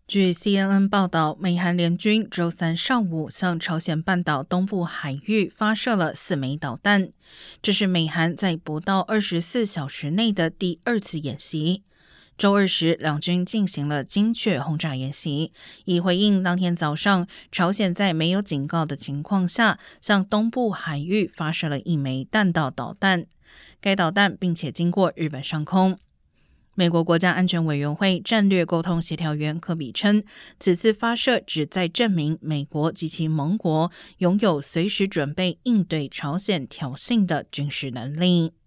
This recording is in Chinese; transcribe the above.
据 CNN 报道，美韩联军周三上午向朝鲜半岛东部海域发射了4枚导弹，这是美韩在不到24小时内的第2次演习。周二时，两军进行了精确轰炸演习，以回应当天早上朝鲜在没有警告的情况下向东部海域发射了1枚弹道导弹。该导弹并且经过日本上空。美国国家安全委员会战略沟通协调员科比称，此次发射旨在证明美国及其盟国拥有随时准备应对朝鲜挑衅的军事能力。